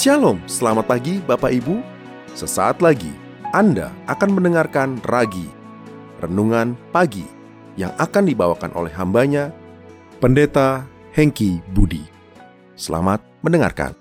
Shalom, selamat pagi Bapak Ibu. Sesaat lagi Anda akan mendengarkan Ragi, Renungan Pagi, yang akan dibawakan oleh hambanya, Pendeta Hengki Budi. Selamat mendengarkan.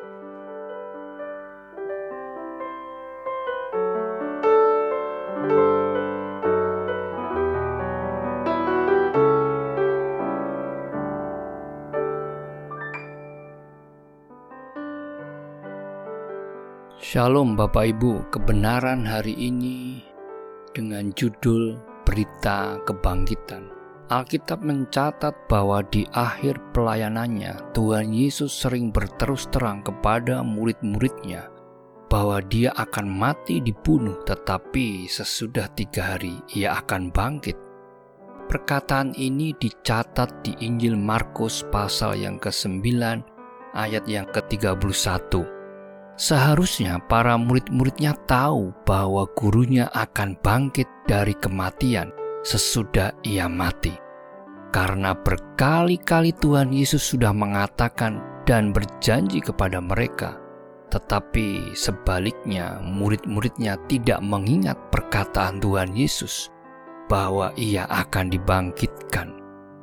Shalom Bapak Ibu, kebenaran hari ini dengan judul Berita Kebangkitan. Alkitab mencatat bahwa di akhir pelayanannya, Tuhan Yesus sering berterus terang kepada murid-muridnya bahwa dia akan mati dibunuh, tetapi sesudah 3 hari ia akan bangkit. Perkataan ini dicatat di Injil Markus pasal yang ke-9 ayat yang ke-31. Seharusnya para murid-muridnya tahu bahwa gurunya akan bangkit dari kematian sesudah ia mati. Karena berkali-kali Tuhan Yesus sudah mengatakan dan berjanji kepada mereka, tetapi sebaliknya murid-muridnya tidak mengingat perkataan Tuhan Yesus bahwa ia akan dibangkitkan.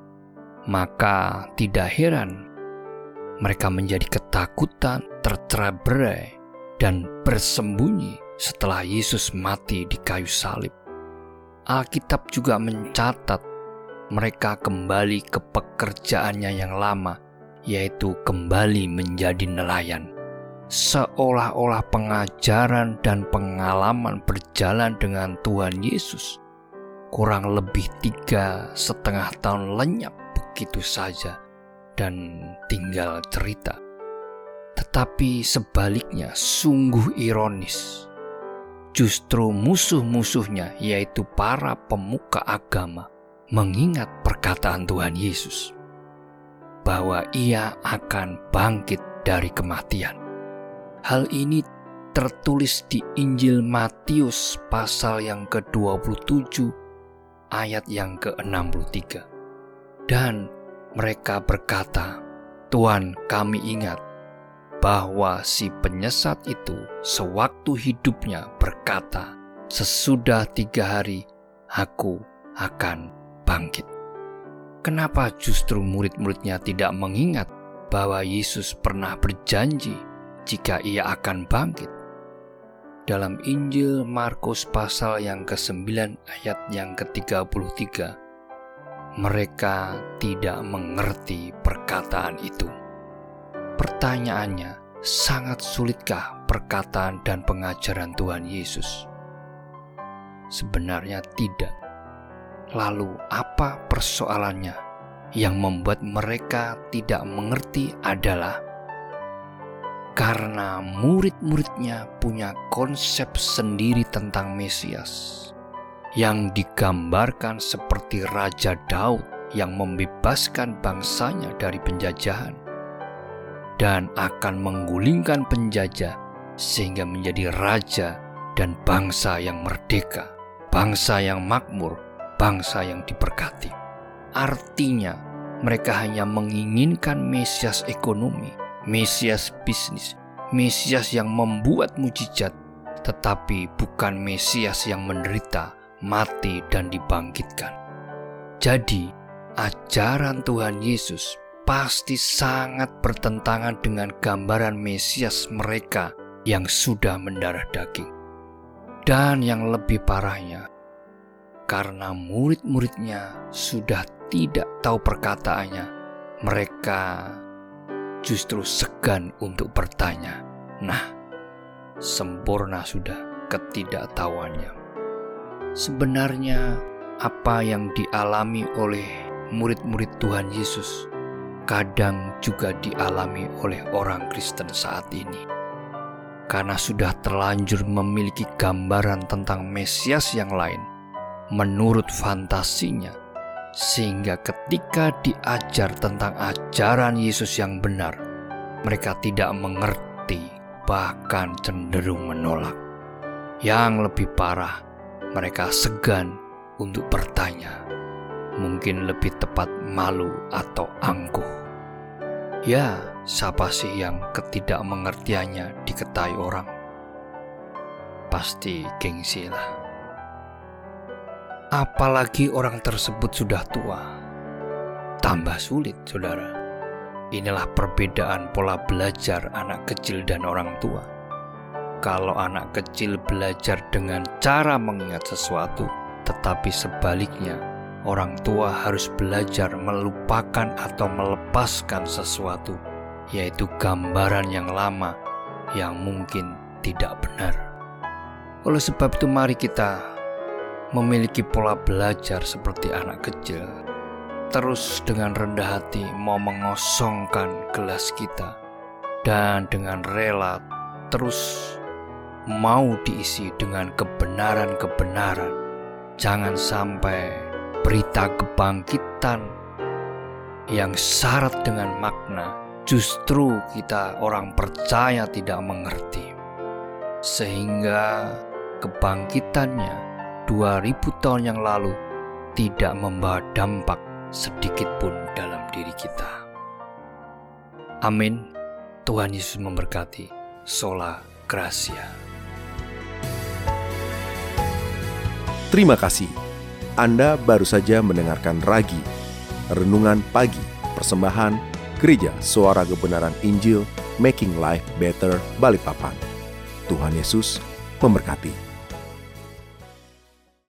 Maka tidak heran mereka menjadi ketakutan, tercerai-berai, dan bersembunyi setelah Yesus mati di kayu salib. Alkitab juga mencatat mereka kembali ke pekerjaannya yang lama, yaitu kembali menjadi nelayan. Seolah-olah pengajaran dan pengalaman berjalan dengan Tuhan Yesus kurang lebih 3,5 tahun lenyap begitu saja dan tinggal cerita. Tetapi sebaliknya sungguh ironis. Justru musuh-musuhnya, yaitu para pemuka agama, mengingat perkataan Tuhan Yesus bahwa ia akan bangkit dari kematian. Hal ini tertulis di Injil Matius pasal yang ke-27 ayat yang ke-63. Dan mereka berkata, "Tuhan, kami ingat bahwa si penyesat itu sewaktu hidupnya berkata, sesudah 3 hari aku akan bangkit." Kenapa justru murid-muridnya tidak mengingat bahwa Yesus pernah berjanji jika ia akan bangkit? Dalam Injil Markus pasal yang ke-9 ayat yang ke-33, mereka tidak mengerti perkataan itu. Pertanyaannya, sangat sulitkah perkataan dan pengajaran Tuhan Yesus? Sebenarnya tidak. Lalu apa persoalannya? Yang membuat mereka tidak mengerti adalah karena murid-muridnya punya konsep sendiri tentang Mesias, yang digambarkan seperti Raja Daud yang membebaskan bangsanya dari penjajahan dan akan menggulingkan penjajah sehingga menjadi raja dan bangsa yang merdeka, bangsa yang makmur, bangsa yang diberkati. Artinya, mereka hanya menginginkan Mesias ekonomi, Mesias bisnis, Mesias yang membuat mujizat, tetapi bukan Mesias yang menderita, mati, dan dibangkitkan. Jadi, ajaran Tuhan Yesus pasti sangat bertentangan dengan gambaran Mesias mereka yang sudah mendarah daging. Dan yang lebih parahnya, karena murid-muridnya sudah tidak tahu perkataannya, mereka justru segan untuk bertanya. Nah, sempurna sudah ketidaktahuannya. Sebenarnya apa yang dialami oleh murid-murid Tuhan Yesus kadang juga dialami oleh orang Kristen saat ini. Karena sudah terlanjur memiliki gambaran tentang Mesias yang lain menurut fantasinya, sehingga ketika diajar tentang ajaran Yesus yang benar, mereka tidak mengerti, bahkan cenderung menolak. Yang lebih parah, mereka segan untuk bertanya, mungkin lebih tepat malu atau angkuh. Ya, siapa sih yang ketidakmengertiannya diketahui orang? Pasti gengsi lah. Apalagi orang tersebut sudah tua. Tambah sulit, saudara. Inilah perbedaan pola belajar anak kecil dan orang tua. Kalau anak kecil belajar dengan cara mengingat sesuatu, tetapi sebaliknya, orang tua harus belajar melupakan atau melepaskan sesuatu, yaitu gambaran yang lama yang mungkin tidak benar. Oleh sebab itu, mari kita memiliki pola belajar seperti anak kecil, terus dengan rendah hati mau mengosongkan gelas kita, dan dengan rela terus mau diisi dengan kebenaran-kebenaran. Jangan sampai berita kebangkitan yang syarat dengan makna justru kita orang percaya tidak mengerti, sehingga kebangkitannya 2000 tahun yang lalu tidak membawa dampak sedikit pun dalam diri kita. Amin. Tuhan Yesus memberkati. Sola Gracia. Terima kasih. Anda baru saja mendengarkan Ragi, Renungan Pagi, persembahan Gereja Suara Kebenaran Injil, Making Life Better, Balikpapan. Tuhan Yesus memberkati.